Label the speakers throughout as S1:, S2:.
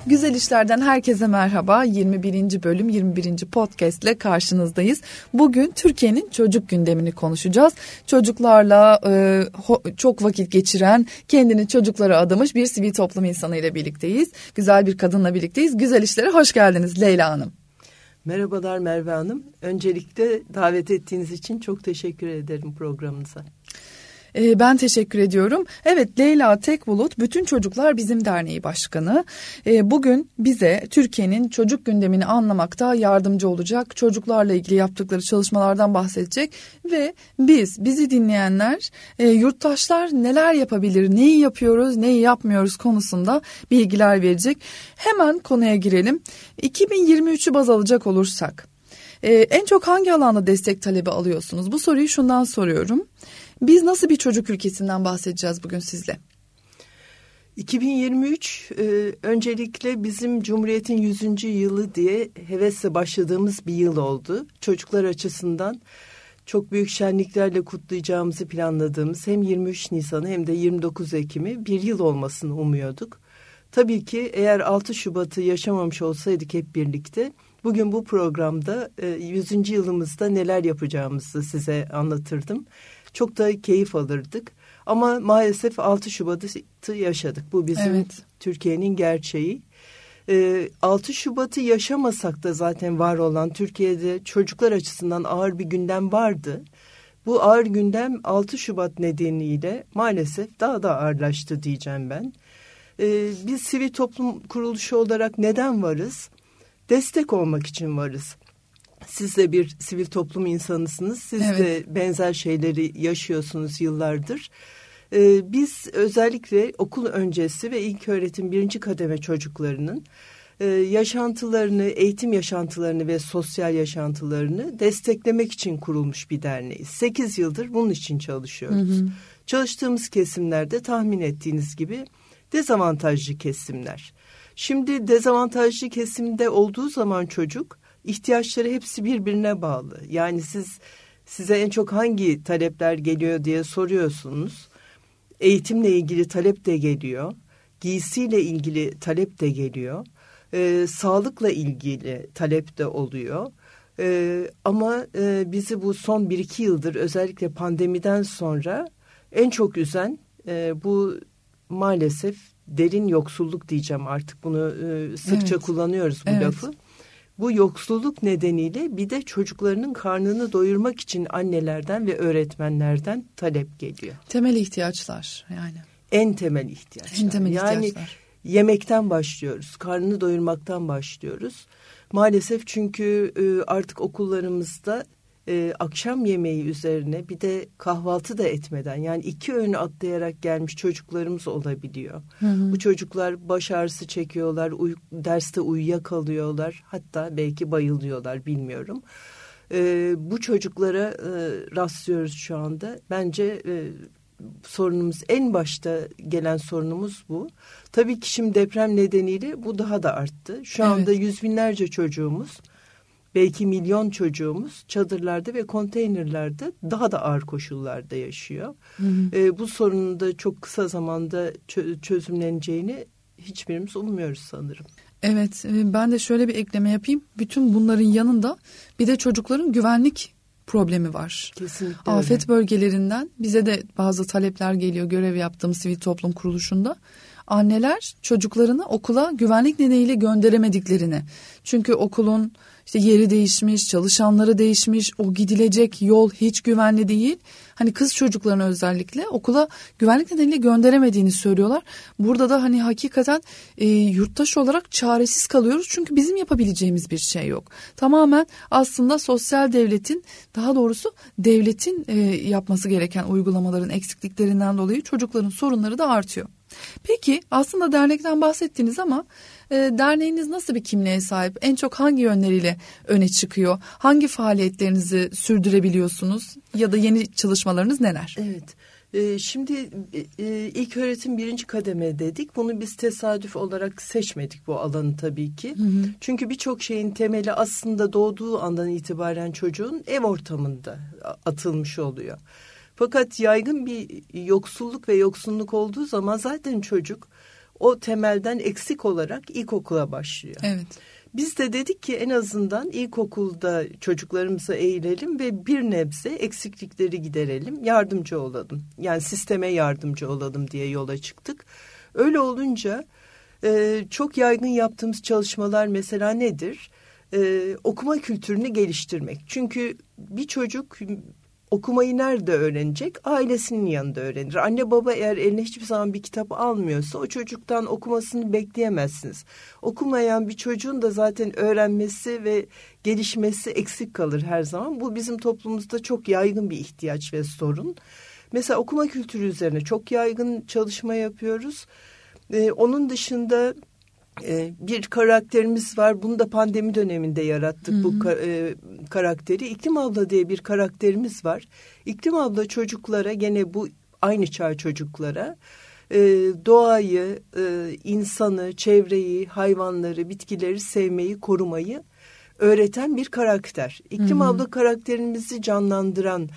S1: Güzel İşler'den herkese merhaba. 21. bölüm 21. podcast ile karşınızdayız. Bugün Türkiye'nin çocuk gündemini konuşacağız. Çocuklarla çok vakit geçiren, kendini çocuklara adamış bir sivil toplum insanıyla birlikteyiz. Güzel bir kadınla birlikteyiz. Güzel İşler'e hoş geldiniz Leyla Hanım.
S2: Merhabalar Merve Hanım. Öncelikle davet ettiğiniz için çok teşekkür ederim programınıza.
S1: Ben teşekkür ediyorum. Evet, Leyla Tekbulut Bütün Çocuklar Bizim Derneği Başkanı. Bugün bize Türkiye'nin çocuk gündemini anlamakta yardımcı olacak, çocuklarla ilgili yaptıkları çalışmalardan bahsedecek ve bizi dinleyenler, yurttaşlar neler yapabilir, neyi yapıyoruz, neyi yapmıyoruz konusunda bilgiler verecek. Hemen konuya girelim. 2023'ü baz alacak olursak, en çok hangi alanda destek talebi alıyorsunuz? Bu soruyu şundan soruyorum. Biz nasıl bir çocuk ülkesinden bahsedeceğiz bugün sizle?
S2: 2023 öncelikle bizim Cumhuriyet'in 100. yılı diye hevesle başladığımız bir yıl oldu. Çocuklar açısından çok büyük şenliklerle kutlayacağımızı planladığımız hem 23 Nisan'ı hem de 29 Ekim'i bir yıl olmasını umuyorduk. Tabii ki eğer 6 Şubat'ı yaşamamış olsaydık hep birlikte bugün bu programda 100. yılımızda neler yapacağımızı size anlatırdım. Çok da keyif alırdık. Ama maalesef 6 Şubat'ı yaşadık. Bu bizim Türkiye'nin gerçeği. 6 Şubat'ı yaşamasak da zaten var olan Türkiye'de çocuklar açısından ağır bir gündem vardı. Bu ağır gündem 6 Şubat nedeniyle maalesef daha da ağırlaştı diyeceğim ben. Biz sivil toplum kuruluşu olarak neden varız? Destek olmak için varız. Siz de bir sivil toplum insanısınız. Siz de benzer şeyleri yaşıyorsunuz yıllardır. Biz özellikle okul öncesi ve ilköğretim 1. kademe çocuklarının yaşantılarını, eğitim yaşantılarını ve sosyal yaşantılarını desteklemek için kurulmuş bir derneğiz. 8 yıldır bunun için çalışıyoruz. Hı hı. Çalıştığımız kesimlerde tahmin ettiğiniz gibi dezavantajlı kesimler. Şimdi dezavantajlı kesimde olduğu zaman çocuk ihtiyaçları hepsi birbirine bağlı. Yani size en çok hangi talepler geliyor diye soruyorsunuz. Eğitimle ilgili talep de geliyor. Giysiyle ilgili talep de geliyor. Sağlıkla ilgili talep de oluyor. Ama bizi bu son 1-2 yıldır özellikle pandemiden sonra en çok üzen bu maalesef derin yoksulluk diyeceğim artık. Bunu sıkça kullanıyoruz bu lafı. Bu yoksulluk nedeniyle bir de çocuklarının karnını doyurmak için annelerden ve öğretmenlerden talep geliyor.
S1: Temel ihtiyaçlar yani.
S2: En temel ihtiyaçlar.
S1: En temel
S2: yani
S1: ihtiyaçlar.
S2: Yemekten başlıyoruz, karnını doyurmaktan başlıyoruz. Maalesef çünkü artık okullarımızda akşam yemeği üzerine bir de kahvaltı da etmeden yani 2 öğünü atlayarak gelmiş çocuklarımız olabiliyor. Hı hı. Bu çocuklar baş ağrısı çekiyorlar, derste uyuyakalıyorlar, hatta belki bayılıyorlar, bilmiyorum. Bu çocuklara rastlıyoruz şu anda. Bence sorunumuz, en başta gelen sorunumuz bu. Tabii ki şimdi deprem nedeniyle bu daha da arttı. Şu anda yüz binlerce çocuğumuz, belki milyon çocuğumuz çadırlarda ve konteynerlerde daha da ağır koşullarda yaşıyor. Hı hı. Bu sorunun da çok kısa zamanda çözümleneceğini hiçbirimiz ummuyoruz sanırım.
S1: Evet, ben de şöyle bir ekleme yapayım. Bütün bunların yanında bir de çocukların güvenlik problemi var.
S2: Kesinlikle
S1: Afet
S2: öyle.
S1: Bölgelerinden bize de bazı talepler geliyor görev yaptığım sivil toplum kuruluşunda. Anneler çocuklarını okula güvenlik nedeniyle gönderemediklerini. Çünkü okulun yeri değişmiş, çalışanları değişmiş, o gidilecek yol hiç güvenli değil. Hani kız çocuklarını özellikle okula güvenlik nedeniyle gönderemediğini söylüyorlar. Burada da hani hakikaten yurttaş olarak çaresiz kalıyoruz. Çünkü bizim yapabileceğimiz bir şey yok. Tamamen aslında sosyal devletin, daha doğrusu devletin yapması gereken uygulamaların eksikliklerinden dolayı çocukların sorunları da artıyor. Peki aslında dernekten bahsettiniz ama derneğiniz nasıl bir kimliğe sahip? En çok hangi yönleriyle öne çıkıyor? Hangi faaliyetlerinizi sürdürebiliyorsunuz? Ya da yeni çalışmalarınız neler?
S2: Evet. Şimdi ilköğretim 1. kademe dedik. Bunu biz tesadüf olarak seçmedik bu alanı tabii ki. Hı hı. Çünkü birçok şeyin temeli aslında doğduğu andan itibaren çocuğun ev ortamında atılmış oluyor. Fakat yaygın bir yoksulluk ve yoksunluk olduğu zaman zaten çocuk o temelden eksik olarak ilkokula başlıyor.
S1: Evet.
S2: Biz de dedik ki en azından ilkokulda çocuklarımıza eğilelim ve bir nebze eksiklikleri giderelim, yardımcı olalım. Yani sisteme yardımcı olalım diye yola çıktık. Öyle olunca çok yaygın yaptığımız çalışmalar mesela nedir? Okuma kültürünü geliştirmek. Çünkü bir çocuk okumayı nerede öğrenecek? Ailesinin yanında öğrenir. Anne baba eğer eline hiçbir zaman bir kitap almıyorsa o çocuktan okumasını bekleyemezsiniz. Okumayan bir çocuğun da zaten öğrenmesi ve gelişmesi eksik kalır her zaman. Bu bizim toplumumuzda çok yaygın bir ihtiyaç ve sorun. Mesela okuma kültürü üzerine çok yaygın çalışma yapıyoruz. Onun dışında bir karakterimiz var. Bunu da pandemi döneminde yarattık. Bu karakteri. İklim abla diye bir karakterimiz var. İklim abla çocuklara, gene bu aynı çağ çocuklara doğayı, insanı, çevreyi, hayvanları, bitkileri sevmeyi, korumayı öğreten bir karakter. İklim abla karakterimizi canlandıran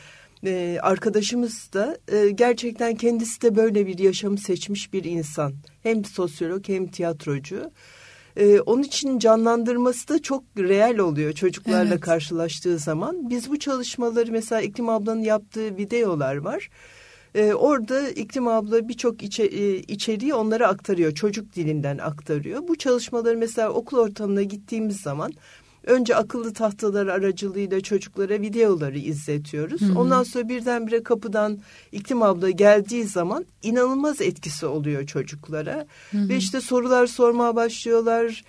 S2: arkadaşımız da gerçekten kendisi de böyle bir yaşamı seçmiş bir insan. Hem sosyolog hem tiyatrocu. Onun için canlandırması da çok reel oluyor çocuklarla karşılaştığı zaman. Biz bu çalışmaları mesela İklim ablanın yaptığı videolar var. Orada İklim abla birçok içeriği onlara aktarıyor. Çocuk dilinden aktarıyor. Bu çalışmaları mesela okul ortamına gittiğimiz zaman önce akıllı tahtalar aracılığıyla çocuklara videoları izletiyoruz. Ondan sonra birdenbire kapıdan İklim abla geldiği zaman inanılmaz etkisi oluyor çocuklara. Ve işte sorular sormaya başlıyorlar.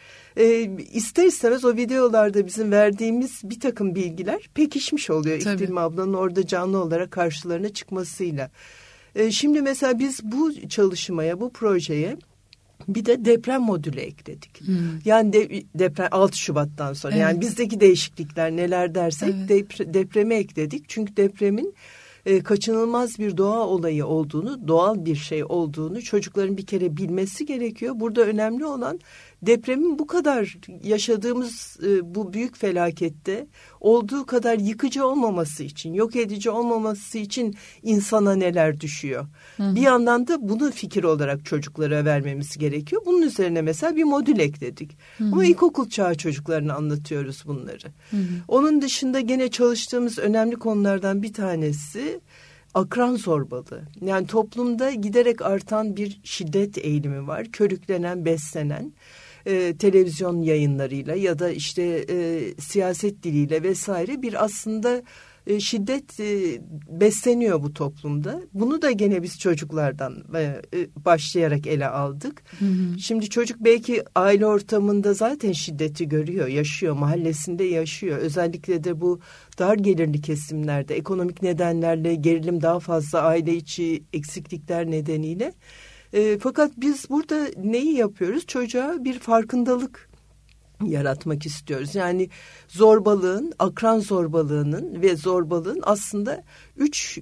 S2: İster istemez o videolarda bizim verdiğimiz bir takım bilgiler pekişmiş oluyor. Tabii. İklim ablanın orada canlı olarak karşılarına çıkmasıyla. Şimdi mesela biz bu çalışmaya, bu projeye bir de deprem modülü ekledik. Yani deprem 6 Şubat'tan sonra yani bizdeki değişiklikler neler dersek depremi ekledik. Çünkü depremin kaçınılmaz bir doğa olayı olduğunu, doğal bir şey olduğunu çocukların bir kere bilmesi gerekiyor. Burada önemli olan depremin bu kadar yaşadığımız bu büyük felakette olduğu kadar yıkıcı olmaması için, yok edici olmaması için insana neler düşüyor. Bir yandan da bunu fikir olarak çocuklara vermemiz gerekiyor. Bunun üzerine mesela bir modül ekledik. Ama ilkokul çağı çocuklarına anlatıyoruz bunları. Onun dışında gene çalıştığımız önemli konulardan bir tanesi akran zorbalığı. Yani toplumda giderek artan bir şiddet eğilimi var. Körüklenen, beslenen televizyon yayınlarıyla ya da işte siyaset diliyle vesaire bir aslında şiddet besleniyor bu toplumda. Bunu da gene biz çocuklardan başlayarak ele aldık. Şimdi çocuk belki aile ortamında zaten şiddeti görüyor, yaşıyor, mahallesinde yaşıyor. Özellikle de bu dar gelirli kesimlerde ekonomik nedenlerle gerilim daha fazla, aile içi eksiklikler nedeniyle. Fakat biz burada neyi yapıyoruz? Çocuğa bir farkındalık yaratmak istiyoruz. Yani zorbalığın, akran zorbalığının ve zorbalığın aslında 3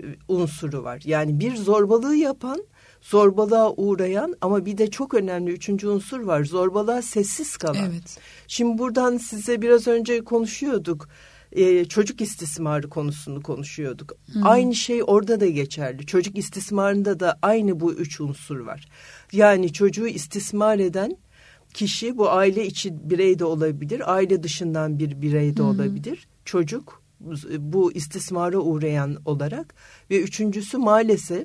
S2: unsuru var. Yani bir zorbalığı yapan, zorbalığa uğrayan ama bir de çok önemli 3. unsur var. Zorbalığa sessiz kalan. Evet. Şimdi buradan size biraz önce konuşuyorduk. Çocuk istismarı konusunu konuşuyorduk. Aynı şey orada da geçerli. Çocuk istismarında da aynı bu 3 unsur var. Yani çocuğu istismar eden kişi bu aile içi birey de olabilir, aile dışından bir birey de olabilir. Çocuk bu istismara uğrayan olarak ve 3.'sü maalesef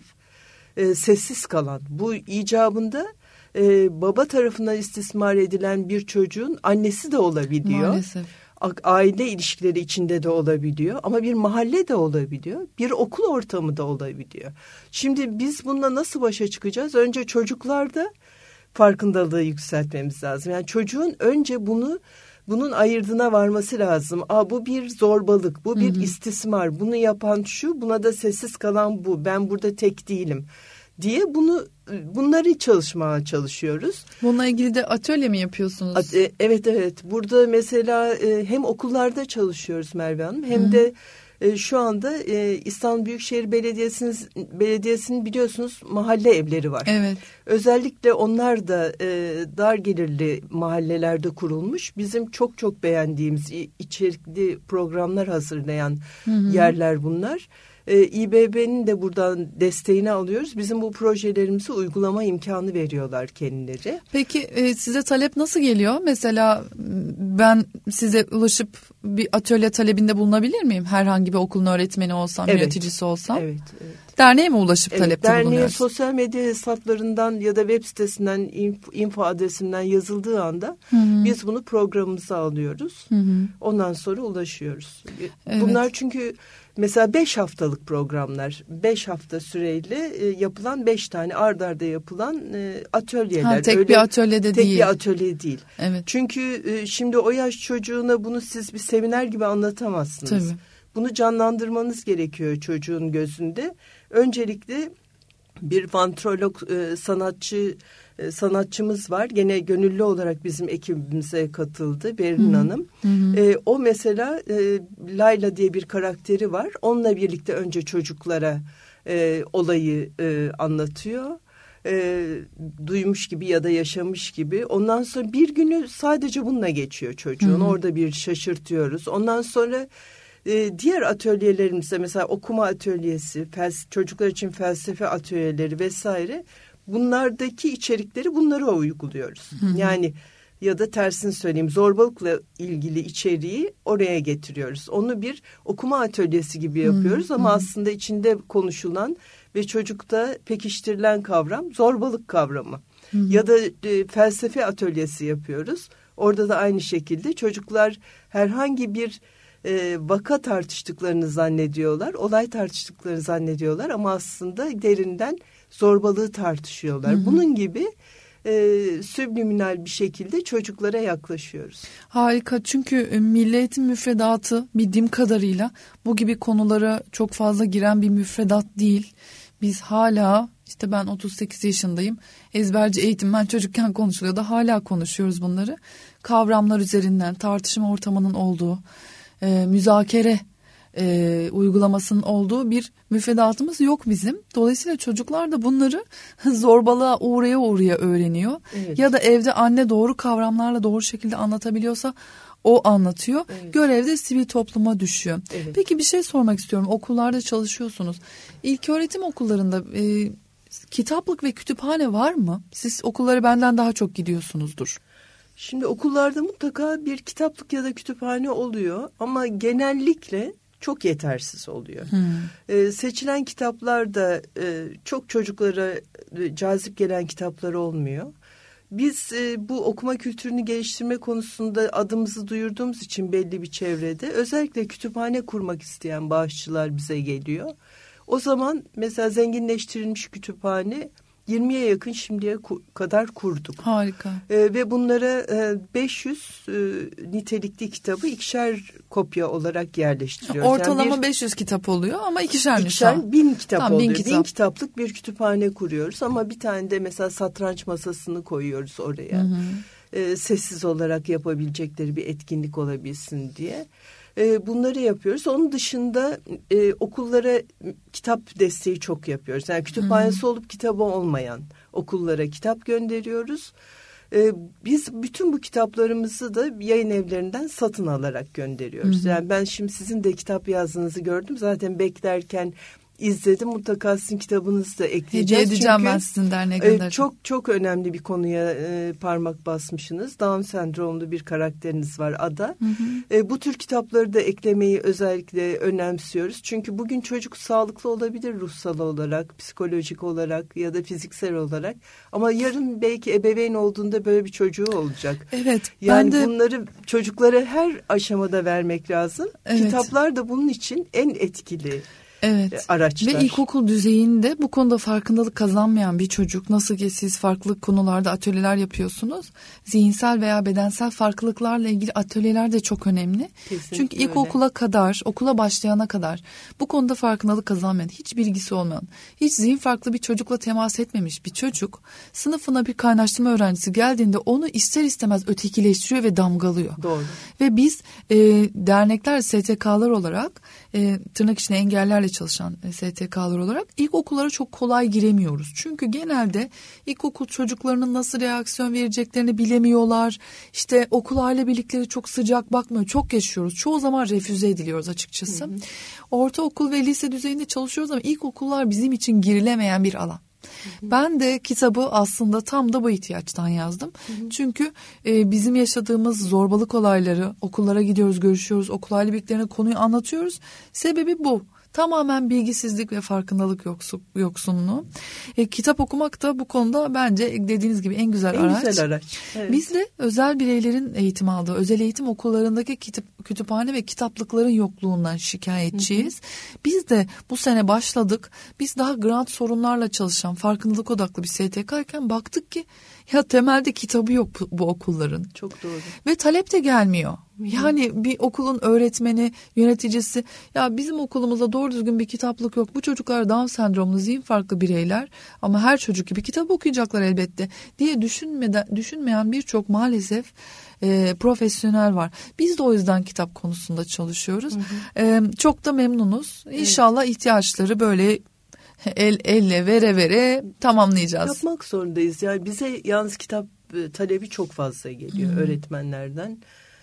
S2: sessiz kalan. Bu icabında baba tarafından istismar edilen bir çocuğun annesi de olabiliyor. Maalesef. Aile ilişkileri içinde de olabiliyor ama bir mahalle de olabiliyor, bir okul ortamı da olabiliyor. Şimdi biz bununla nasıl başa çıkacağız? Önce çocuklarda farkındalığı yükseltmemiz lazım. Yani çocuğun önce bunun ayırdına varması lazım. Bu bir zorbalık, bu bir istismar, bunu yapan şu, buna da sessiz kalan bu. Ben burada tek değilim diye bunları çalışıyoruz. Bununla ilgili de atölye mi yapıyorsunuz? Evet. Burada mesela hem okullarda çalışıyoruz Merve Hanım hem de şu anda İstanbul Büyükşehir Belediyesi'nin biliyorsunuz mahalle evleri var. Evet. Özellikle onlar da dar gelirli mahallelerde kurulmuş. Bizim çok çok beğendiğimiz içerikli programlar hazırlayan yerler bunlar. İBB'nin de buradan desteğini alıyoruz. Bizim bu projelerimizi uygulama imkanı veriyorlar kendileri.
S1: Peki size talep nasıl geliyor? Mesela ben size ulaşıp bir atölye talebinde bulunabilir miyim? Herhangi bir okulun öğretmeni olsam, yöneticisi olsam.
S2: Evet.
S1: Derneğe mi ulaşıp talepte bulunuyoruz?
S2: Derneğe sosyal medya hesaplarından ya da web sitesinden, info adresinden yazıldığı anda biz bunu programımıza alıyoruz. Ondan sonra ulaşıyoruz. Bunlar çünkü mesela 5 haftalık programlar, 5 hafta süreyle yapılan 5 tane ard arda yapılan atölyeler.
S1: Tek bir atölyede değil.
S2: Tek bir atölye değil.
S1: Evet.
S2: Çünkü şimdi o yaş çocuğuna bunu siz bir seminer gibi anlatamazsınız.
S1: Tabii.
S2: Bunu canlandırmanız gerekiyor çocuğun gözünde. Öncelikle bir vantrolog sanatçımız var. Gene gönüllü olarak bizim ekibimize katıldı Berin Hanım. O mesela Layla diye bir karakteri var. Onunla birlikte önce çocuklara olayı anlatıyor. Duymuş gibi ya da yaşamış gibi. Ondan sonra bir günü sadece bununla geçiyor çocuğun. Orada bir şaşırtıyoruz. Ondan sonra diğer atölyelerimizde mesela okuma atölyesi, çocuklar için felsefe atölyeleri vesaire, bunlardaki içerikleri bunlara uyguluyoruz. Yani ya da tersini söyleyeyim, zorbalıkla ilgili içeriği oraya getiriyoruz. Onu bir okuma atölyesi gibi yapıyoruz ama aslında içinde konuşulan ve çocukta pekiştirilen kavram zorbalık kavramı. Ya da felsefe atölyesi yapıyoruz. Orada da aynı şekilde çocuklar herhangi bir vaka tartıştıklarını zannediyorlar, olay tartıştıklarını zannediyorlar ama aslında derinden zorbalığı tartışıyorlar. Bunun gibi subliminal bir şekilde çocuklara yaklaşıyoruz.
S1: Harika, çünkü Milli Eğitim müfredatı bildiğim kadarıyla bu gibi konulara çok fazla giren bir müfredat değil. Biz hala, işte ben 38 yaşındayım, ezberci eğitim ben çocukken konuşuluyordu, hala konuşuyoruz bunları. Kavramlar üzerinden tartışma ortamının olduğu, müzakere uygulamasının olduğu bir müfredatımız yok bizim. Dolayısıyla çocuklar da bunları zorbalığa uğraya öğreniyor. Evet. Ya da evde anne doğru kavramlarla doğru şekilde anlatabiliyorsa o anlatıyor. Evet. Görevde sivil topluma düşüyor. Evet. Peki bir şey sormak istiyorum. Okullarda çalışıyorsunuz. İlköğretim okullarında kitaplık ve kütüphane var mı? Siz okullara benden daha çok gidiyorsunuzdur.
S2: Şimdi okullarda mutlaka bir kitaplık ya da kütüphane oluyor ama genellikle çok yetersiz oluyor. Seçilen kitaplar da çok çocuklara cazip gelen kitaplar olmuyor. Biz bu okuma kültürünü geliştirme konusunda adımızı duyurduğumuz için belli bir çevrede özellikle kütüphane kurmak isteyen bağışçılar bize geliyor. O zaman mesela zenginleştirilmiş kütüphane 20'ye yakın şimdiye kadar kurduk.
S1: Harika.
S2: Ve bunlara 500 nitelikli kitabı 2'şer kopya olarak yerleştiriyoruz.
S1: Ortalama yani 500 kitap oluyor ama 2'şer nüsha.
S2: 1000 kitap
S1: tamam,
S2: oluyor. 1000 kitaplık bir kütüphane kuruyoruz ama bir tane de mesela satranç masasını koyuyoruz oraya. Sessiz olarak yapabilecekleri bir etkinlik olabilsin diye. Bunları yapıyoruz. Onun dışında okullara kitap desteği çok yapıyoruz. Yani kütüphanesi olup kitabı olmayan okullara kitap gönderiyoruz. Biz bütün bu kitaplarımızı da yayın evlerinden satın alarak gönderiyoruz. Yani ben şimdi sizin de kitap yazdığınızı gördüm. Zaten beklerken izledim. Mutlaka sizin kitabınızı da ekleyeceğiz.
S1: Hediye edeceğim ben sizin derneğe göndereceğim.
S2: Çok çok önemli bir konuya parmak basmışsınız. Down sendromlu bir karakteriniz var, Ada. Bu tür kitapları da eklemeyi özellikle önemsiyoruz. Çünkü bugün çocuk sağlıklı olabilir ruhsal olarak, psikolojik olarak ya da fiziksel olarak. Ama yarın belki ebeveyn olduğunda böyle bir çocuğu olacak.
S1: Evet.
S2: Yani bunları çocuklara her aşamada vermek lazım. Evet. Kitaplar da bunun için en etkili.
S1: Evet.
S2: Araçlar.
S1: Ve ilkokul düzeyinde bu konuda farkındalık kazanmayan bir çocuk, nasıl ki siz farklı konularda atölyeler yapıyorsunuz, zihinsel veya bedensel farklılıklarla ilgili atölyeler de çok önemli. Kesinlikle. Çünkü ilkokula kadar, okula başlayana kadar bu konuda farkındalık kazanmayan, hiç bilgisi olmayan, hiç zihin farklı bir çocukla temas etmemiş bir çocuk sınıfına bir kaynaştırma öğrencisi geldiğinde onu ister istemez ötekileştiriyor ve damgalıyor.
S2: Doğru.
S1: Ve biz dernekler, STK'lar olarak tırnak içinde engellerle çocuklarla çalışan STK'lar olarak ilkokullara çok kolay giremiyoruz. Çünkü genelde ilkokul çocuklarının nasıl reaksiyon vereceklerini bilemiyorlar. İşte okul aile birlikleri çok sıcak bakmıyor. Çok yaşıyoruz. Çoğu zaman refüze ediliyoruz açıkçası. Hı hı. Ortaokul ve lise düzeyinde çalışıyoruz ama ilkokullar bizim için girilemeyen bir alan. Ben de kitabı aslında tam da bu ihtiyaçtan yazdım. Çünkü bizim yaşadığımız zorbalık olayları, okullara gidiyoruz, görüşüyoruz, okul aile birliklerine konuyu anlatıyoruz. Sebebi bu. Tamamen bilgisizlik ve farkındalık yoksunluğu. Kitap okumak da bu konuda bence dediğiniz gibi en güzel araç.
S2: En güzel araç. Evet.
S1: Biz de özel bireylerin eğitim aldığı özel eğitim okullarındaki kütüphane ve kitaplıkların yokluğundan şikayetçiyiz. Biz de bu sene başladık. Biz daha grant sorunlarla çalışan farkındalık odaklı bir STK iken baktık ki ya temelde kitabı yok bu okulların.
S2: Çok doğru.
S1: Ve talep de gelmiyor. Yani bir okulun öğretmeni, yöneticisi ya bizim okulumuzda doğru düzgün bir kitaplık yok. Bu çocuklar Down sendromlu, zihin farklı bireyler ama her çocuk gibi kitap okuyacaklar elbette diye düşünmeyen birçok maalesef profesyonel var. Biz de o yüzden kitap konusunda çalışıyoruz. Çok da memnunuz. İnşallah ihtiyaçları böyle elle vere tamamlayacağız.
S2: Yapmak zorundayız. Yani bize yalnız kitap talebi çok fazla geliyor öğretmenlerden.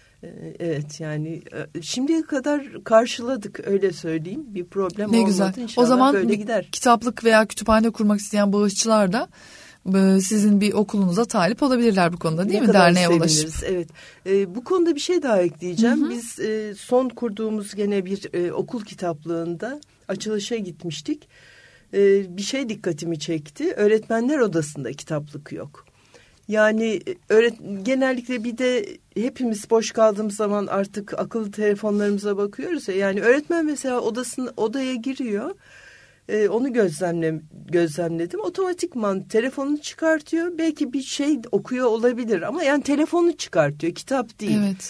S2: Evet yani şimdiye kadar karşıladık öyle söyleyeyim. Bir problem olmadı.
S1: Güzel.
S2: İnşallah
S1: o zaman
S2: böyle gider.
S1: Kitaplık veya kütüphane kurmak isteyen bağışçılar da sizin bir okulunuza talip olabilirler bu konuda değil mi? Derneğe ulaşıp.
S2: Evet. Bu konuda bir şey daha ekleyeceğim. Biz son kurduğumuz gene bir okul kitaplığında açılışa gitmiştik. Bir şey dikkatimi çekti. Öğretmenler odasında kitaplık yok. Yani genellikle bir de hepimiz boş kaldığımız zaman artık akıllı telefonlarımıza bakıyoruz ya. Yani öğretmen mesela odaya giriyor. Onu gözlemledim. Otomatikman telefonunu çıkartıyor. Belki bir şey okuyor olabilir ama yani telefonu çıkartıyor. Kitap değil.
S1: Evet.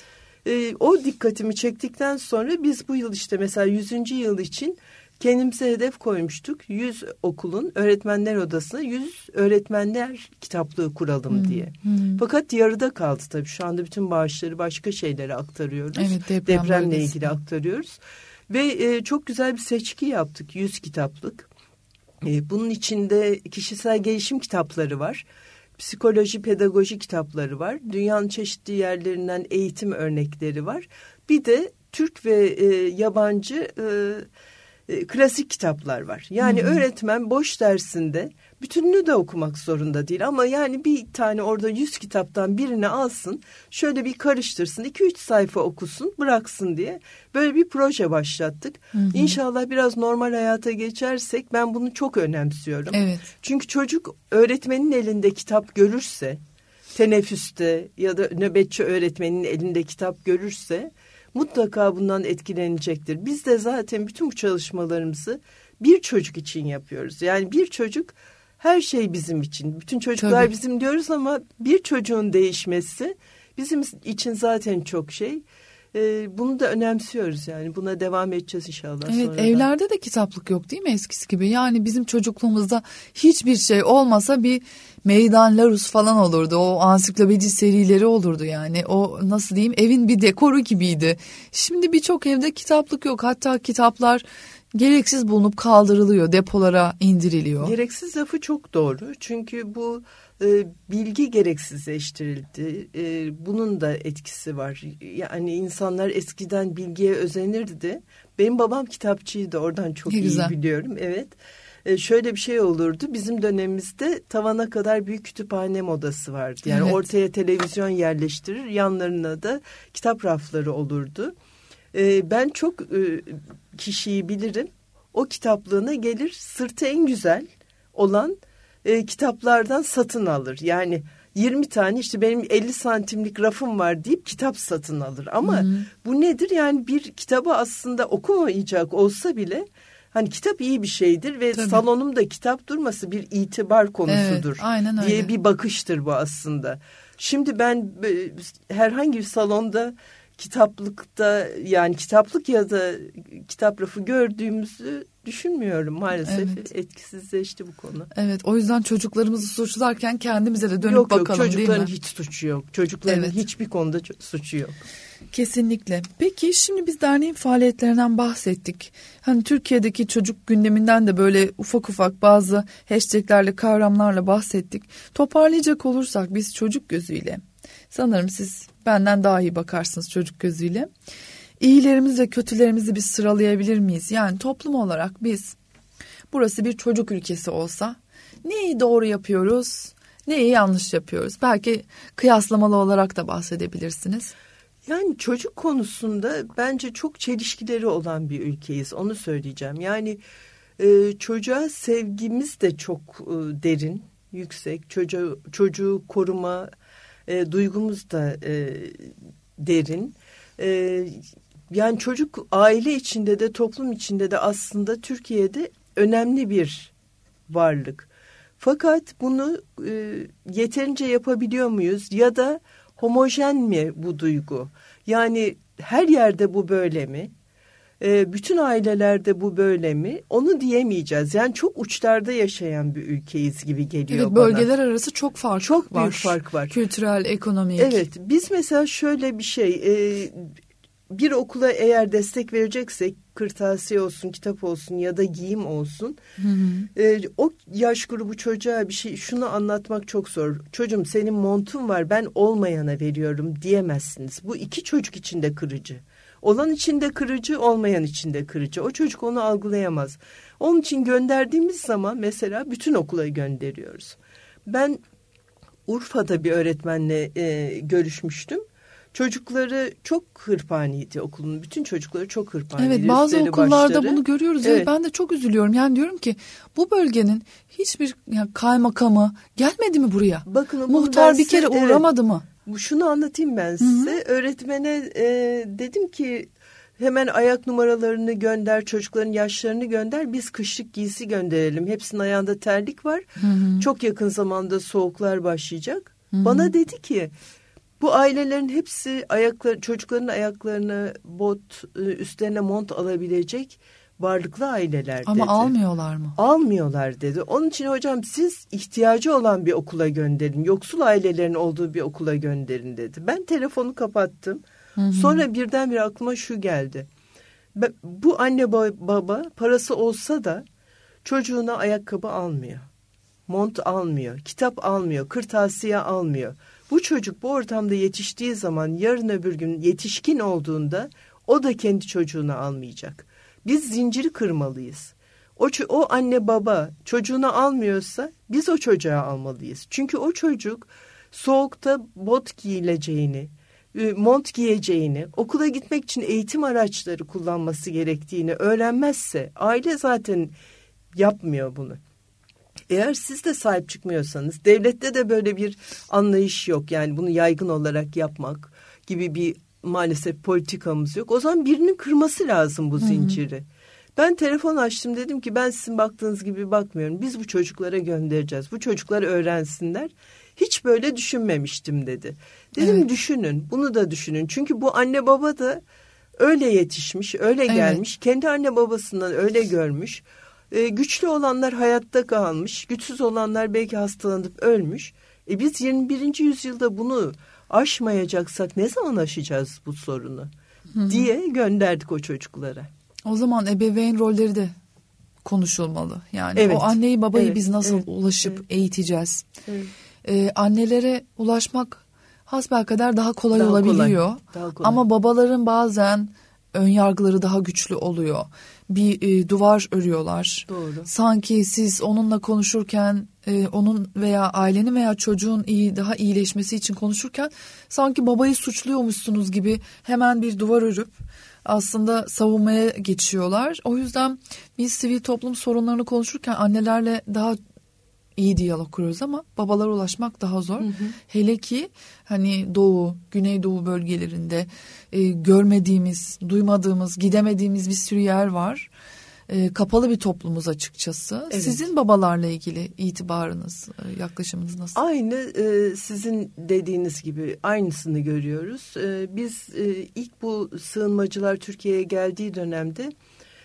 S2: O dikkatimi çektikten sonra biz bu yıl işte mesela 100. yıl için kendimize hedef koymuştuk. 100 okulun öğretmenler odasına 100 öğretmenler kitaplığı kuralım diye. Fakat yarıda kaldı tabii. Şu anda bütün bağışları başka şeylere aktarıyoruz.
S1: Evet,
S2: depremle ilgili aktarıyoruz. Ve çok güzel bir seçki yaptık. 100 kitaplık. Bunun içinde kişisel gelişim kitapları var. Psikoloji, pedagoji kitapları var. Dünyanın çeşitli yerlerinden eğitim örnekleri var. Bir de Türk ve yabancı klasik kitaplar var. Yani öğretmen boş dersinde bütününü de okumak zorunda değil ama yani bir tane orada 100 kitaptan birini alsın, şöyle bir karıştırsın, 2-3 sayfa okusun, bıraksın diye böyle bir proje başlattık. İnşallah biraz normal hayata geçersek ben bunu çok önemsiyorum.
S1: Evet.
S2: Çünkü çocuk öğretmenin elinde kitap görürse, teneffüste ya da nöbetçi öğretmenin elinde kitap görürse mutlaka bundan etkilenecektir. Biz de zaten bütün bu çalışmalarımızı bir çocuk için yapıyoruz. Yani bir çocuk her şey bizim için. Bütün çocuklar bizim diyoruz ama bir çocuğun değişmesi bizim için zaten çok şey. Bunu da önemsiyoruz yani. Buna devam edeceğiz inşallah.
S1: Evet,
S2: sonradan.
S1: evlerde de kitaplık yok değil mi eskisi gibi? Yani bizim çocukluğumuzda hiçbir şey olmasa bir Meydan Larus falan olurdu. O ansiklopedi serileri olurdu yani. O nasıl diyeyim, evin bir dekoru gibiydi. Şimdi birçok evde kitaplık yok. Hatta kitaplar gereksiz bulunup kaldırılıyor, depolara indiriliyor.
S2: Gereksiz lafı çok doğru. Çünkü bu bilgi gereksizleştirildi. Bunun da etkisi var. Yani insanlar eskiden bilgiye özenirdi. Benim babam kitapçıydı. Oradan çok iyi biliyorum. Evet. Şöyle bir şey olurdu. Bizim dönemimizde tavana kadar büyük kütüphane modası vardı. Yani ortaya televizyon yerleştirir, yanlarına da kitap rafları olurdu. Ben çok kişiyi bilirim. O kitaplığına gelir, sırtı en güzel olan kitaplardan satın alır. Yani 20 tane işte benim 50 santimlik rafım var deyip kitap satın alır. Ama bu nedir? Yani bir kitabı aslında okumayacak olsa bile hani kitap iyi bir şeydir ve salonumda kitap durması bir itibar konusudur diye bir bakıştır bu aslında. Şimdi ben herhangi bir salonda kitaplıkta yani kitaplık ya da kitap rafı gördüğümüzü düşünmüyorum maalesef. Etkisizleşti bu konu.
S1: Evet, o yüzden çocuklarımızı suçlarken kendimize de dönüp bakalım değil mi?
S2: Çocukların hiç suçu yok. Çocukların hiçbir konuda suçu yok.
S1: Kesinlikle. Peki şimdi biz derneğin faaliyetlerinden bahsettik. Hani Türkiye'deki çocuk gündeminden de böyle ufak ufak bazı hashtaglerle, kavramlarla bahsettik. Toparlayacak olursak biz çocuk gözüyle, sanırım siz benden daha iyi bakarsınız çocuk gözüyle. İyilerimizi ve kötülerimizi biz sıralayabilir miyiz? Yani toplum olarak biz, burası bir çocuk ülkesi olsa neyi doğru yapıyoruz, neyi yanlış yapıyoruz? Belki kıyaslamalı olarak da bahsedebilirsiniz.
S2: Yani çocuk konusunda bence çok çelişkileri olan bir ülkeyiz. Onu söyleyeceğim. Yani çocuğa sevgimiz de çok derin, yüksek. Çocuğu koruma duygumuz da derin. Yani çocuk aile içinde de toplum içinde de aslında Türkiye'de önemli bir varlık. Fakat bunu yeterince yapabiliyor muyuz ya da homojen mi bu duygu? Yani her yerde bu böyle mi? Bütün ailelerde bu böyle mi? Onu diyemeyeceğiz. Yani çok uçlarda yaşayan bir ülkeyiz gibi geliyor bana.
S1: Bölgeler arası çok fark var.
S2: Çok büyük fark var.
S1: Kültürel, ekonomik.
S2: Evet, biz mesela şöyle bir şey, bir okula eğer destek vereceksek, kırtasiye olsun, kitap olsun ya da giyim olsun, o yaş grubu çocuğa bir şey, şunu anlatmak çok zor. Çocuğum senin montun var, ben olmayana veriyorum diyemezsiniz. Bu iki çocuk için de kırıcı. Olan için de kırıcı, olmayan için de kırıcı. O çocuk onu algılayamaz. Onun için gönderdiğimiz zaman mesela bütün okula gönderiyoruz. Ben Urfa'da bir öğretmenle görüşmüştüm. Çocukları çok hırpaniydi okulun. Bütün çocukları çok hırpaniydi.
S1: Evet, bazı okullarda başları. Bunu görüyoruz.
S2: Evet.
S1: Ben de çok üzülüyorum. Yani diyorum ki bu bölgenin hiçbir kaymakamı gelmedi mi buraya?
S2: Bakın,
S1: muhtar bir kere uğramadı mı?
S2: Şunu anlatayım ben size. Hı-hı. Öğretmene dedim ki hemen ayak numaralarını gönder, çocukların yaşlarını gönder. Biz kışlık giysi gönderelim. Hepsinin ayağında terlik var. Hı-hı. Çok yakın zamanda soğuklar başlayacak. Hı-hı. Bana dedi ki bu ailelerin hepsi çocukların ayaklarına bot, üstlerine mont alabilecek varlıklı aileler dedi.
S1: Ama almıyorlar mı?
S2: Almıyorlar dedi. Onun için hocam siz ihtiyacı olan bir okula gönderin. Yoksul ailelerin olduğu bir okula gönderin dedi. Ben telefonu kapattım. Hı-hı. Sonra birdenbire aklıma şu geldi. Bu anne baba parası olsa da çocuğuna ayakkabı almıyor. Mont almıyor. Kitap almıyor. Kırtasiye almıyor. Bu çocuk bu ortamda yetiştiği zaman yarın öbür gün yetişkin olduğunda o da kendi çocuğunu almayacak. Biz zinciri kırmalıyız. O anne baba çocuğunu almıyorsa biz o çocuğa almalıyız. Çünkü o çocuk soğukta bot giyileceğini, mont giyeceğini, okula gitmek için eğitim araçları kullanması gerektiğini öğrenmezse aile zaten yapmıyor bunu. Eğer siz de sahip çıkmıyorsanız, devlette de böyle bir anlayış yok. Yani bunu yaygın olarak yapmak gibi bir maalesef politikamız yok. O zaman birinin kırması lazım bu zinciri. Hı-hı. Ben telefon açtım, dedim ki ben sizin baktığınız gibi bakmıyorum. Biz bu çocuklara göndereceğiz. Bu çocuklar öğrensinler. Hiç böyle düşünmemiştim dedi. Dedim evet. Düşünün, bunu da düşünün. Çünkü bu anne baba da öyle yetişmiş, öyle gelmiş. Evet. Kendi anne babasından öyle görmüş. Güçlü olanlar hayatta kalmış, güçsüz olanlar belki hastalanıp ölmüş. Biz 21. yüzyılda bunu aşmayacaksak ne zaman aşacağız bu sorunu? Hı-hı. diye gönderdik o çocuklara.
S1: O zaman ebeveyn rolleri de konuşulmalı. Yani evet. O anneyi babayı biz nasıl ulaşıp eğiteceğiz? Evet. Annelere ulaşmak hasbelkader daha kolay olabiliyor. Daha kolay. Ama babaların bazen ön yargıları daha güçlü oluyor. Bir duvar örüyorlar.
S2: Doğru.
S1: Sanki siz onunla konuşurken onun veya ailenin veya çocuğun daha iyileşmesi için konuşurken sanki babayı suçluyormuşsunuz gibi hemen bir duvar örüp aslında savunmaya geçiyorlar. O yüzden biz sivil toplum sorunlarını konuşurken annelerle daha iyi diyalog kuruyoruz ama babalara ulaşmak daha zor. Hı hı. Hele ki hani Doğu, Güneydoğu bölgelerinde görmediğimiz, duymadığımız, gidemediğimiz bir sürü yer var. Kapalı bir toplumuz açıkçası. Evet. Sizin babalarla ilgili itibarınız, yaklaşımınız nasıl?
S2: Aynı sizin dediğiniz gibi aynısını görüyoruz. Biz ilk bu sığınmacılar Türkiye'ye geldiği dönemde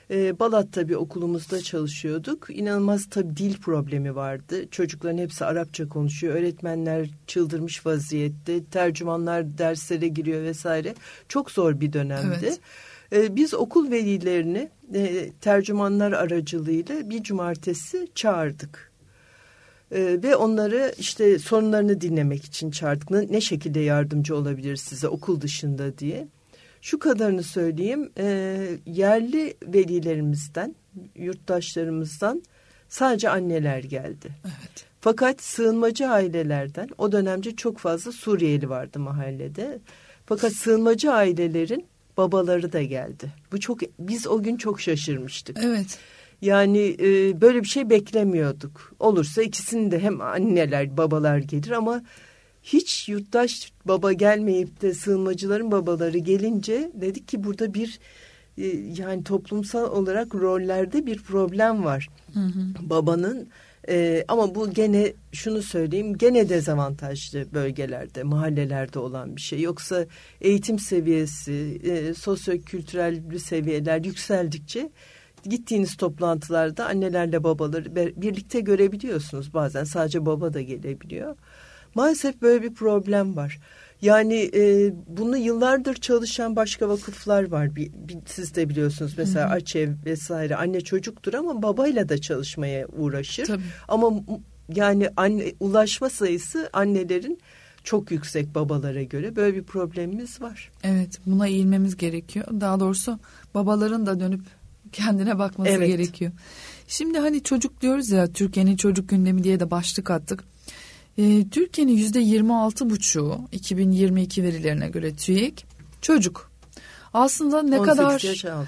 S2: Balat'ta bir okulumuzda çalışıyorduk. İnanılmaz tabii dil problemi vardı. Çocukların hepsi Arapça konuşuyor. Öğretmenler çıldırmış vaziyette. Tercümanlar derslere giriyor vesaire. Çok zor bir dönemdi. Evet. Biz okul velilerini tercümanlar aracılığıyla bir cumartesi çağırdık. Ve onları işte sorunlarını dinlemek için çağırdık. Ne şekilde yardımcı olabilir size okul dışında diye. Şu kadarını söyleyeyim, yerli velilerimizden, yurttaşlarımızdan sadece anneler geldi. Evet. Fakat sığınmacı ailelerden, o dönemde çok fazla Suriyeli vardı mahallede. Fakat sığınmacı ailelerin babaları da geldi. Biz o gün çok şaşırmıştık. Evet. Yani böyle bir şey beklemiyorduk. Olursa ikisinin de hem anneler babalar gelir ama hiç yurttaş baba gelmeyip de sığınmacıların babaları gelince dedik ki burada bir yani toplumsal olarak rollerde bir problem var. Hı hı. Babanın ama bu gene şunu söyleyeyim, gene dezavantajlı bölgelerde, mahallelerde olan bir şey. Yoksa eğitim seviyesi, sosyo-kültürel seviyeler yükseldikçe gittiğiniz toplantılarda annelerle babaları birlikte görebiliyorsunuz. Bazen sadece baba da gelebiliyor. Maalesef böyle bir problem var. Yani bunu yıllardır çalışan başka vakıflar var. Siz de biliyorsunuz mesela Açev vesaire anne çocuktur ama babayla da çalışmaya uğraşır. Tabii. Ama yani ulaşma sayısı annelerin çok yüksek babalara göre. Böyle bir problemimiz var. Evet, buna eğilmemiz gerekiyor. Daha doğrusu babaların da dönüp kendine bakması gerekiyor. Şimdi hani çocuk diyoruz ya, Türkiye'nin çocuk gündemi diye de başlık attık. Türkiye'nin %26,5'u 2022 verilerine göre TÜİK çocuk. Aslında ne kadar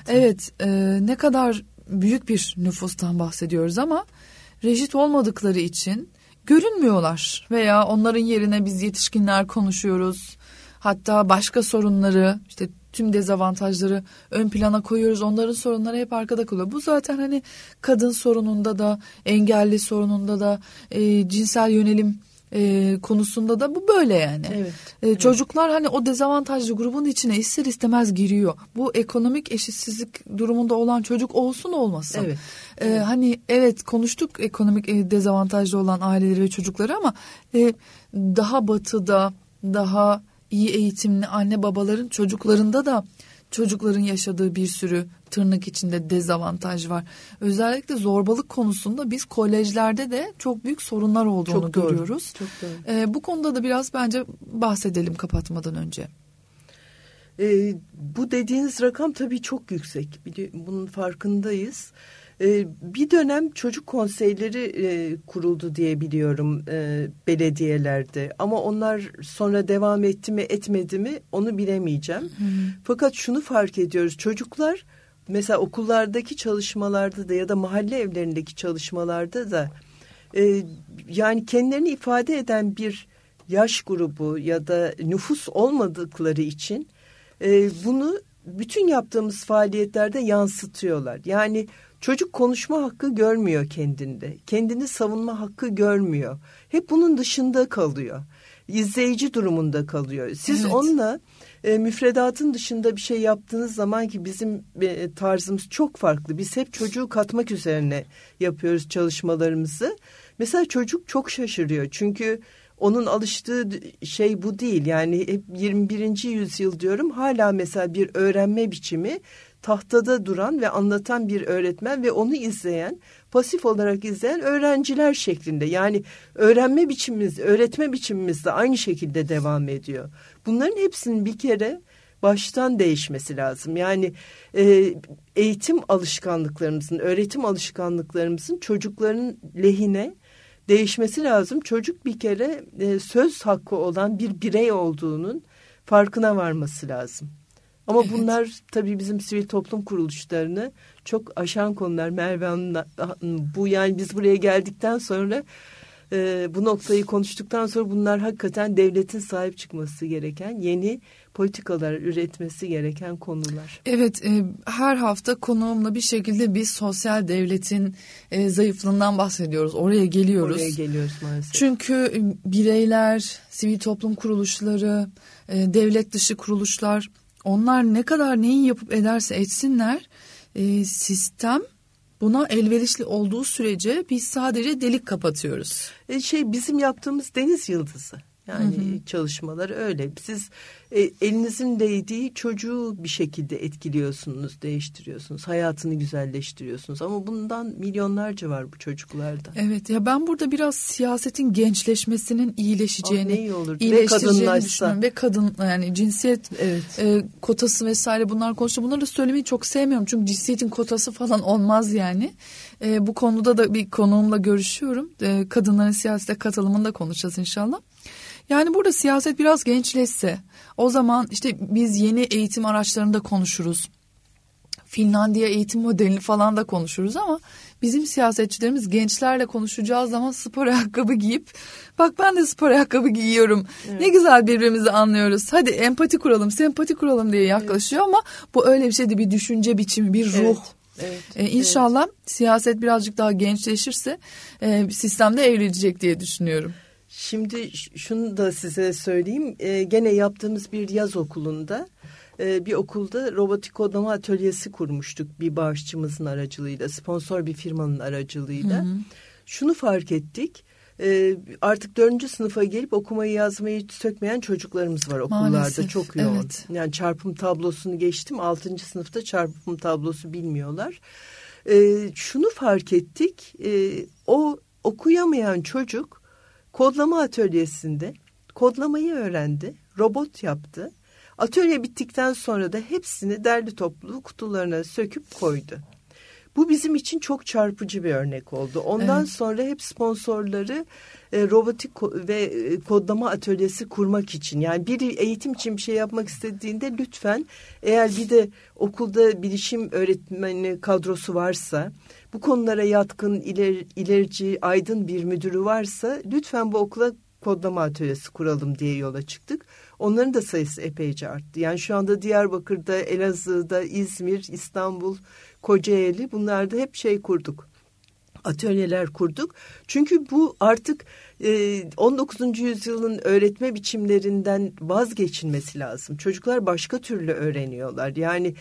S2: ne kadar büyük bir nüfustan bahsediyoruz ama reşit olmadıkları için görünmüyorlar veya onların yerine biz yetişkinler konuşuyoruz. Hatta başka sorunları, işte tüm dezavantajları ön plana koyuyoruz. Onların sorunları hep arkada kalıyor. Bu zaten hani kadın sorununda da, engelli sorununda da, cinsel yönelim konusunda da bu böyle yani. Evet. Çocuklar hani o dezavantajlı grubun içine ister istemez giriyor. Bu ekonomik eşitsizlik durumunda olan çocuk olsun olmasın. Evet. Hani evet konuştuk ekonomik dezavantajlı olan aileleri ve çocukları ama daha batıda, daha iyi eğitimli anne babaların çocuklarında da çocukların yaşadığı bir sürü tırnak içinde dezavantaj var. Özellikle zorbalık konusunda biz kolejlerde de çok büyük sorunlar olduğunu çok görüyoruz. Çok doğru. Bu konuda da biraz bence bahsedelim kapatmadan önce. Bu dediğiniz rakam tabii çok yüksek. Bunun farkındayız. Bir dönem çocuk konseyleri kuruldu diye biliyorum belediyelerde. Ama onlar sonra devam etti mi etmedi mi onu bilemeyeceğim. Fakat şunu fark ediyoruz. Çocuklar mesela okullardaki çalışmalarda da ya da mahalle evlerindeki çalışmalarda da yani kendilerini ifade eden bir yaş grubu ya da nüfus olmadıkları için bunu bütün yaptığımız faaliyetlerde yansıtıyorlar. Yani çocuk konuşma hakkı görmüyor kendinde. Kendini savunma hakkı görmüyor. Hep bunun dışında kalıyor. İzleyici durumunda kalıyor. Siz onunla müfredatın dışında bir şey yaptığınız zaman ki bizim tarzımız çok farklı. Biz hep çocuğu katmak üzerine yapıyoruz çalışmalarımızı. Mesela çocuk çok şaşırıyor. Çünkü onun alıştığı şey bu değil. Yani hep 21. yüzyıl diyorum. Hala mesela bir öğrenme biçimi tahtada duran ve anlatan bir öğretmen ve onu izleyen, pasif olarak izleyen öğrenciler şeklinde. Yani öğrenme biçimimiz, öğretme biçimimiz de aynı şekilde devam ediyor. Bunların hepsinin bir kere baştan değişmesi lazım. Yani eğitim alışkanlıklarımızın, öğretim alışkanlıklarımızın çocukların lehine değişmesi lazım. Çocuk bir kere söz hakkı olan bir birey olduğunun farkına varması lazım. Ama bunlar tabii bizim sivil toplum kuruluşlarını çok aşan konular. Merve Hanım'la bu yani biz buraya geldikten sonra bu noktayı konuştuktan sonra bunlar hakikaten devletin sahip çıkması gereken yeni politikalar üretmesi gereken konular. Evet, her hafta konuğumla bir şekilde biz sosyal devletin zayıflığından bahsediyoruz. Oraya geliyoruz. Oraya geliyoruz maalesef. Çünkü bireyler, sivil toplum kuruluşları, devlet dışı kuruluşlar, onlar ne kadar neyi yapıp ederse etsinler
S1: Sistem buna elverişli olduğu sürece biz sadece delik kapatıyoruz.
S2: Bizim yaptığımız deniz yıldızı. Yani çalışmalar öyle. Siz elinizin değdiği çocuğu bir şekilde etkiliyorsunuz, değiştiriyorsunuz. Hayatını güzelleştiriyorsunuz. Ama bundan milyonlarca var bu çocuklarda.
S1: Evet ya, ben burada biraz siyasetin gençleşmesinin iyileşeceğini,
S2: iyileştireceğini
S1: düşünüyorum. Ve kadın, yani cinsiyet kotası vesaire bunlar konuşuyor. Bunları da söylemeyi çok sevmiyorum. Çünkü cinsiyetin kotası falan olmaz yani. Bu konuda da bir konuğumla görüşüyorum. Kadınların siyasete katılımını da konuşacağız inşallah. Yani burada siyaset biraz gençleşse, o zaman işte biz yeni eğitim araçlarını da konuşuruz. Finlandiya eğitim modelini falan da konuşuruz ama bizim siyasetçilerimiz gençlerle konuşacağı zaman spor ayakkabı giyip, bak ben de spor ayakkabı giyiyorum. Evet. Ne güzel birbirimizi anlıyoruz. Hadi empati kuralım, sempati kuralım diye yaklaşıyor ama bu öyle bir şeydi, bir düşünce biçimi, bir ruh.
S2: Evet.
S1: İnşallah siyaset birazcık daha gençleşirse sistemde evrilecek diye düşünüyorum.
S2: Şimdi şunu da size söyleyeyim. Gene yaptığımız bir yaz okulunda, bir okulda robotik kodlama atölyesi kurmuştuk bir bağışçımızın aracılığıyla, sponsor bir firmanın aracılığıyla. Şunu fark ettik. Artık 4. sınıfa gelip okumayı yazmayı sökmeyen çocuklarımız var okullarda. Maalesef, çok yoğun. Evet. Yani çarpım tablosunu geçtim. 6. sınıfta çarpım tablosu bilmiyorlar. Şunu fark ettik. O okuyamayan çocuk kodlama atölyesinde kodlamayı öğrendi, robot yaptı. Atölye bittikten sonra da hepsini derli toplu kutularına söküp koydu. Bu bizim için çok çarpıcı bir örnek oldu. Ondan sonra hep sponsorları robotik ve kodlama atölyesi kurmak için, yani bir eğitim için bir şey yapmak istediğinde lütfen, eğer bir de okulda bilişim öğretmeni kadrosu varsa, bu konulara yatkın, ilerici, aydın bir müdürü varsa lütfen bu okula kodlama atölyesi kuralım diye yola çıktık. Onların da sayısı epeyce arttı. Yani şu anda Diyarbakır'da, Elazığ'da, İzmir, İstanbul, Kocaeli, bunlarda hep kurduk. Atölyeler kurduk. Çünkü bu artık 19. yüzyılın öğretme biçimlerinden vazgeçilmesi lazım. Çocuklar başka türlü öğreniyorlar. Yani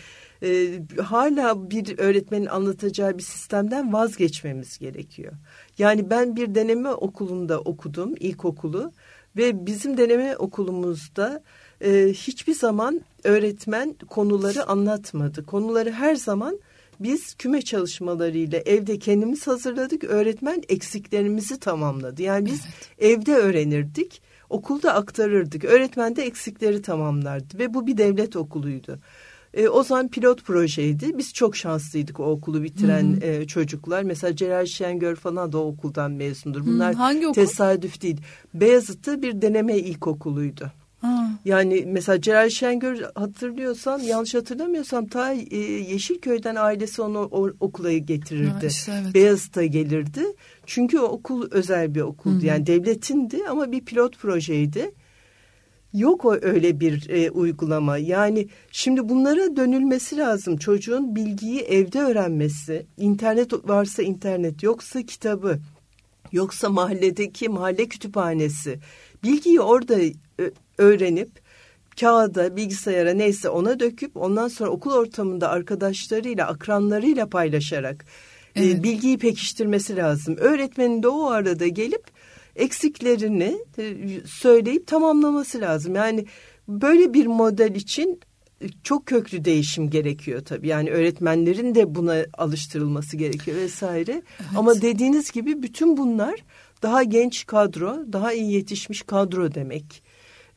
S2: hala bir öğretmenin anlatacağı bir sistemden vazgeçmemiz gerekiyor. Yani ben bir deneme okulunda okudum, ilkokulu, ve bizim deneme okulumuzda hiçbir zaman öğretmen konuları anlatmadı. Konuları her zaman biz küme çalışmalarıyla evde kendimiz hazırladık. Öğretmen eksiklerimizi tamamladı. Yani biz evde öğrenirdik, okulda aktarırdık. Öğretmen de eksikleri tamamlardı ve bu bir devlet okuluydu. O zaman pilot projeydi. Biz çok şanslıydık o okulu bitiren çocuklar. Mesela Celal Şengör falan da o okuldan mezundur. Bunlar
S1: hangi okul?
S2: Tesadüf değil. Beyazıt'ta bir deneme ilkokuluydu. Yani mesela Celal Şengör, hatırlıyorsan, yanlış hatırlamıyorsam, ta Yeşilköy'den ailesi onu okula getirirdi. Beyazıt'a gelirdi. Çünkü o okul özel bir okuldu. Yani devletindi ama bir pilot projeydi. Yok öyle bir uygulama. Yani şimdi bunlara dönülmesi lazım. Çocuğun bilgiyi evde öğrenmesi, internet varsa internet, yoksa kitabı, yoksa mahalledeki mahalle kütüphanesi. Bilgiyi orada öğrenip kağıda, bilgisayara, neyse ona döküp ondan sonra okul ortamında arkadaşlarıyla, akranlarıyla paylaşarak bilgiyi pekiştirmesi lazım. Öğretmenin de o arada gelip eksiklerini söyleyip tamamlaması lazım. Yani böyle bir model için çok köklü değişim gerekiyor tabii. Yani öğretmenlerin de buna alıştırılması gerekiyor vesaire. Evet. Ama dediğiniz gibi bütün bunlar daha genç kadro, daha iyi yetişmiş kadro demek.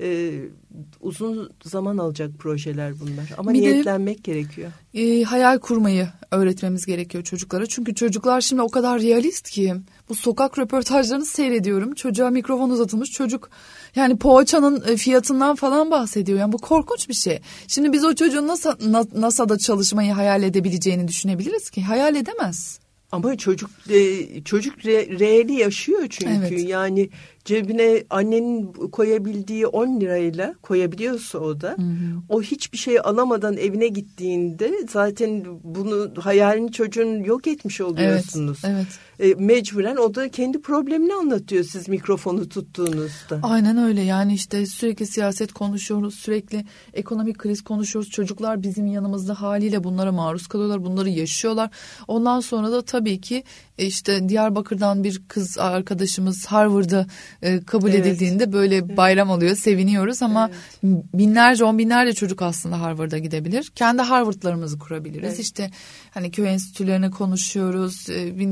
S2: Uzun zaman alacak projeler bunlar. Ama niyetlenmek gerekiyor.
S1: Hayal kurmayı öğretmemiz gerekiyor çocuklara. Çünkü çocuklar şimdi o kadar realist ki. Bu sokak röportajlarını seyrediyorum. Çocuğa mikrofon uzatılmış. Çocuk yani poğaçanın fiyatından falan bahsediyor. Yani bu korkunç bir şey. Şimdi biz o çocuğun NASA'da çalışmayı hayal edebileceğini düşünebiliriz ki. Hayal edemez.
S2: Ama çocuk reali yaşıyor çünkü. Evet. Yani cebine annenin koyabildiği 10 lirayla koyabiliyorsa o da, o hiçbir şey alamadan evine gittiğinde zaten bunu, hayalini çocuğun yok etmiş oluyorsunuz.
S1: Evet,
S2: Mecburen o da kendi problemini anlatıyor siz mikrofonu tuttuğunuzda.
S1: Aynen öyle, yani işte sürekli siyaset konuşuyoruz, sürekli ekonomik kriz konuşuyoruz. Çocuklar bizim yanımızda, haliyle bunlara maruz kalıyorlar, bunları yaşıyorlar. Ondan sonra da tabii ki işte Diyarbakır'dan bir kız arkadaşımız Harvard'a kabul edildiğinde böyle bayram oluyor, seviniyoruz ama binlerce, on binlerce çocuk aslında Harvard'a gidebilir. Kendi Harvard'larımızı kurabiliriz. Evet. İşte hani köy enstitülerini konuşuyoruz.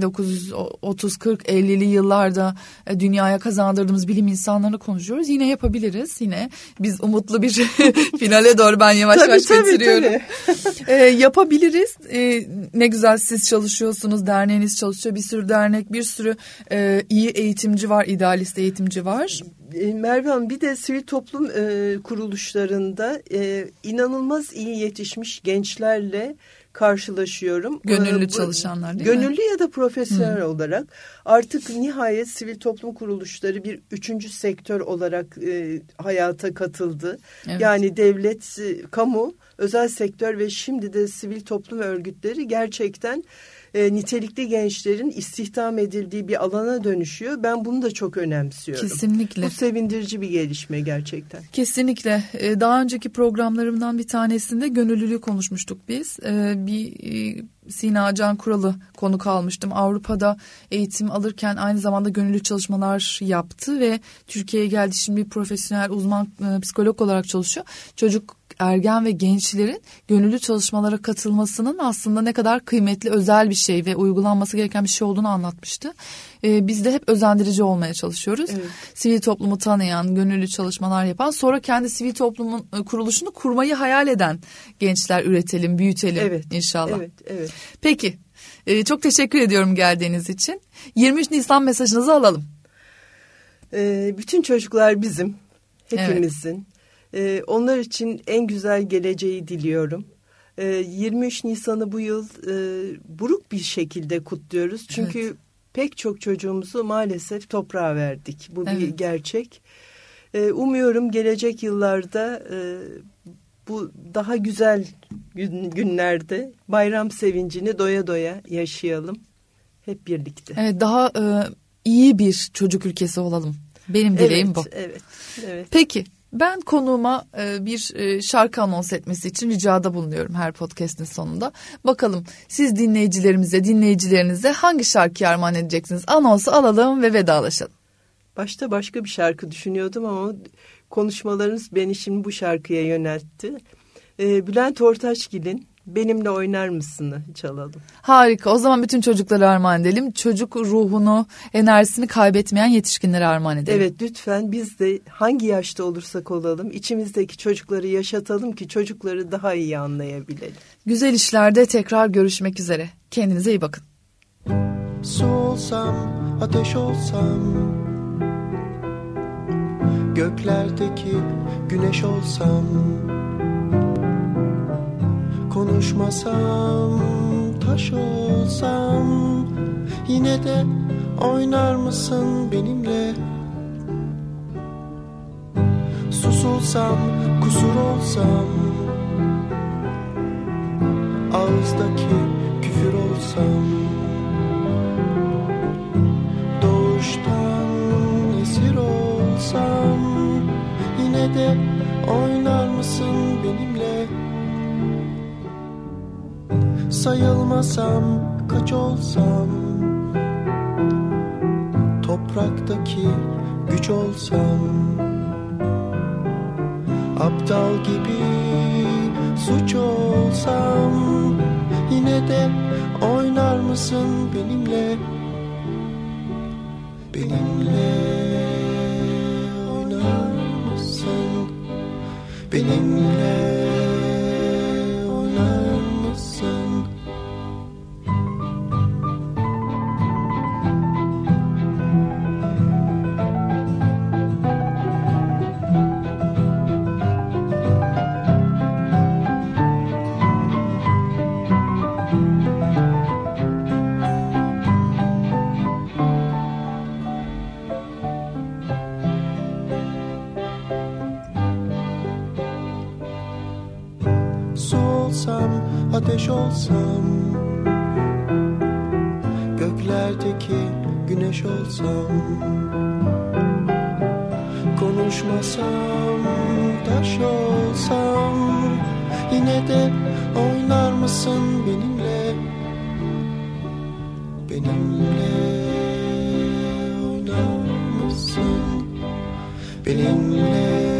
S1: 1930, 40, 50'li yıllarda dünyaya kazandırdığımız bilim insanlarını konuşuyoruz. Yine yapabiliriz. Yine biz umutlu bir finale doğru ben yavaş yavaş getiriyorum. Yapabiliriz. Ne güzel siz çalışıyorsunuz, derneğiniz çalışıyor. Bir sürü dernek, bir sürü iyi eğitimci var, idealist eğitimci var.
S2: Merve Hanım, bir de sivil toplum kuruluşlarında inanılmaz iyi yetişmiş gençlerle karşılaşıyorum.
S1: Gönüllü çalışanlar değil
S2: mi?
S1: Gönüllü
S2: ya da profesyonel olarak artık nihayet sivil toplum kuruluşları bir üçüncü sektör olarak hayata katıldı. Evet. Yani devlet, kamu, özel sektör ve şimdi de sivil toplum örgütleri gerçekten nitelikli gençlerin istihdam edildiği bir alana dönüşüyor. Ben bunu da çok önemsiyorum.
S1: Kesinlikle.
S2: Bu sevindirici bir gelişme gerçekten.
S1: Kesinlikle. Daha önceki programlarımdan bir tanesinde gönüllülüğü konuşmuştuk biz. Bir Sina Can Kural'ı konuk almıştım. Avrupa'da eğitim alırken aynı zamanda gönüllü çalışmalar yaptı ve Türkiye'ye geldi. Şimdi bir profesyonel uzman psikolog olarak çalışıyor. Çocuk, ergen ve gençlerin gönüllü çalışmalara katılmasının aslında ne kadar kıymetli, özel bir şey ve uygulanması gereken bir şey olduğunu anlatmıştı. Biz de hep özendirici olmaya çalışıyoruz. Evet. Sivil toplumu tanıyan, gönüllü çalışmalar yapan, sonra kendi sivil toplumun kuruluşunu kurmayı hayal eden gençler üretelim, büyütelim inşallah.
S2: Evet.
S1: Peki, çok teşekkür ediyorum geldiğiniz için. 23 Nisan mesajınızı alalım.
S2: Bütün çocuklar bizim, hepimizin. Evet. Onlar için en güzel geleceği diliyorum. 23 Nisan'ı bu yıl buruk bir şekilde kutluyoruz. Çünkü pek çok çocuğumuzu maalesef toprağa verdik. Bu bir gerçek. Umuyorum gelecek yıllarda bu daha güzel günlerde bayram sevincini doya doya yaşayalım. Hep birlikte.
S1: Evet, daha iyi bir çocuk ülkesi olalım. Benim dileğim bu.
S2: Evet.
S1: Peki. Ben konuğuma bir şarkı anons etmesi için ricada bulunuyorum her podcast'in sonunda. Bakalım siz dinleyicilerinize hangi şarkıyı armağan edeceksiniz? Anonsu alalım ve vedalaşalım.
S2: Başta başka bir şarkı düşünüyordum ama konuşmalarınız beni şimdi bu şarkıya yöneltti. Bülent Ortaçgil'in Benimle Oynar Mısın'ı çalalım.
S1: Harika. O zaman bütün çocuklara armağan edelim. Çocuk ruhunu, enerjisini kaybetmeyen yetişkinlere armağan edelim.
S2: Evet, lütfen biz de hangi yaşta olursak olalım içimizdeki çocukları yaşatalım ki çocukları daha iyi anlayabilelim.
S1: Güzel işlerde tekrar görüşmek üzere. Kendinize iyi bakın.
S3: Su olsam, ateş olsam, göklerdeki güneş olsam, konuşmasam, taş olsam, yine de oynar mısın benimle? Susulsam, kusur olsam, ağızdaki küfür olsam, doğuştan esir olsam, yine de oynar mısın benimle? Sayılmasam, kaç olsam, topraktaki güç olsam, aptal gibi suç olsam, yine de oynar mısın benimle? Benimle oynar mısın? Benimle oynar mısın? Su olsam, ateş olsam, göklerdeki güneş olsam, konuşmasam, taş olsam, yine de oynar mısın benimle? Benimle oynar mısın? Benimle